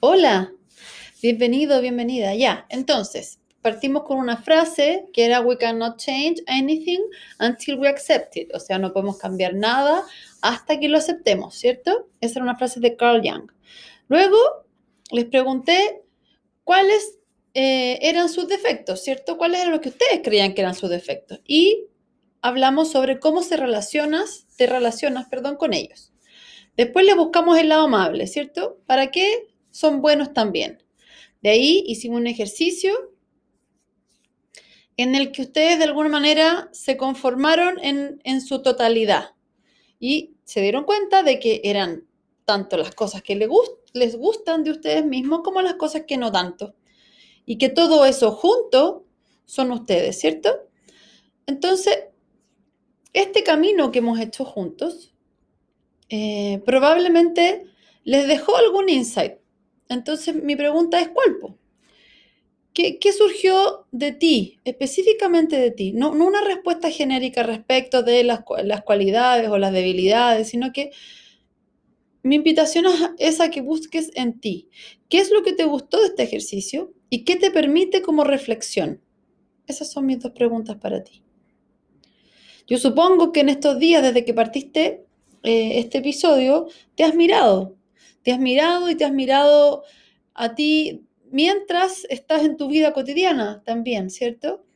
Hola, bienvenido, bienvenida. Ya, entonces, partimos con una frase que era We cannot change anything until we accept it. O sea, no podemos cambiar nada hasta que lo aceptemos, ¿cierto? Esa era una frase de Carl Jung. Luego les pregunté cuáles eran sus defectos, ¿cierto? ¿Cuáles eran los que ustedes creían que eran sus defectos? Y hablamos sobre cómo te relacionas, perdón, con ellos. Después le buscamos el lado amable, ¿cierto? ¿Para qué son buenos también? De ahí hicimos un ejercicio en el que ustedes de alguna manera se conformaron en su totalidad y se dieron cuenta de que eran tanto las cosas que les gustan de ustedes mismos como las cosas que no tanto. Y que todo eso junto son ustedes, ¿cierto? Entonces, este camino que hemos hecho juntos probablemente les dejó algún insight. Entonces, mi pregunta es, ¿cuál, po? ¿Qué surgió de ti, específicamente de ti? No una respuesta genérica respecto de las cualidades o las debilidades, sino que mi invitación es a que busques en ti. ¿Qué es lo que te gustó de este ejercicio y qué te permite como reflexión? Esas son mis dos preguntas para ti. Yo supongo que en estos días, desde que partiste este episodio, te has mirado y te has mirado a ti mientras estás en tu vida cotidiana también, ¿cierto?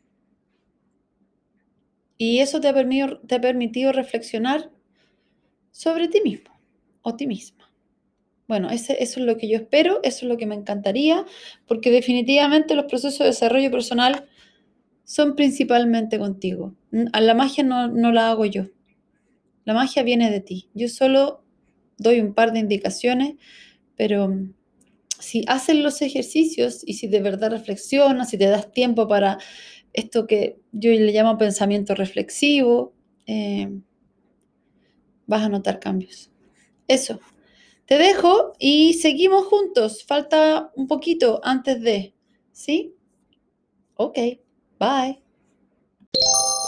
Y eso te ha permitido reflexionar sobre ti mismo o ti misma. Bueno, eso es lo que yo espero, eso es lo que me encantaría, porque definitivamente los procesos de desarrollo personal son principalmente contigo. A la magia no la hago yo. La magia viene de ti. Yo solo doy un par de indicaciones, pero si haces los ejercicios y si de verdad reflexionas, si te das tiempo para esto que yo le llamo pensamiento reflexivo, vas a notar cambios. Eso. Te dejo y seguimos juntos. Falta un poquito antes de, ¿sí? Ok, bye.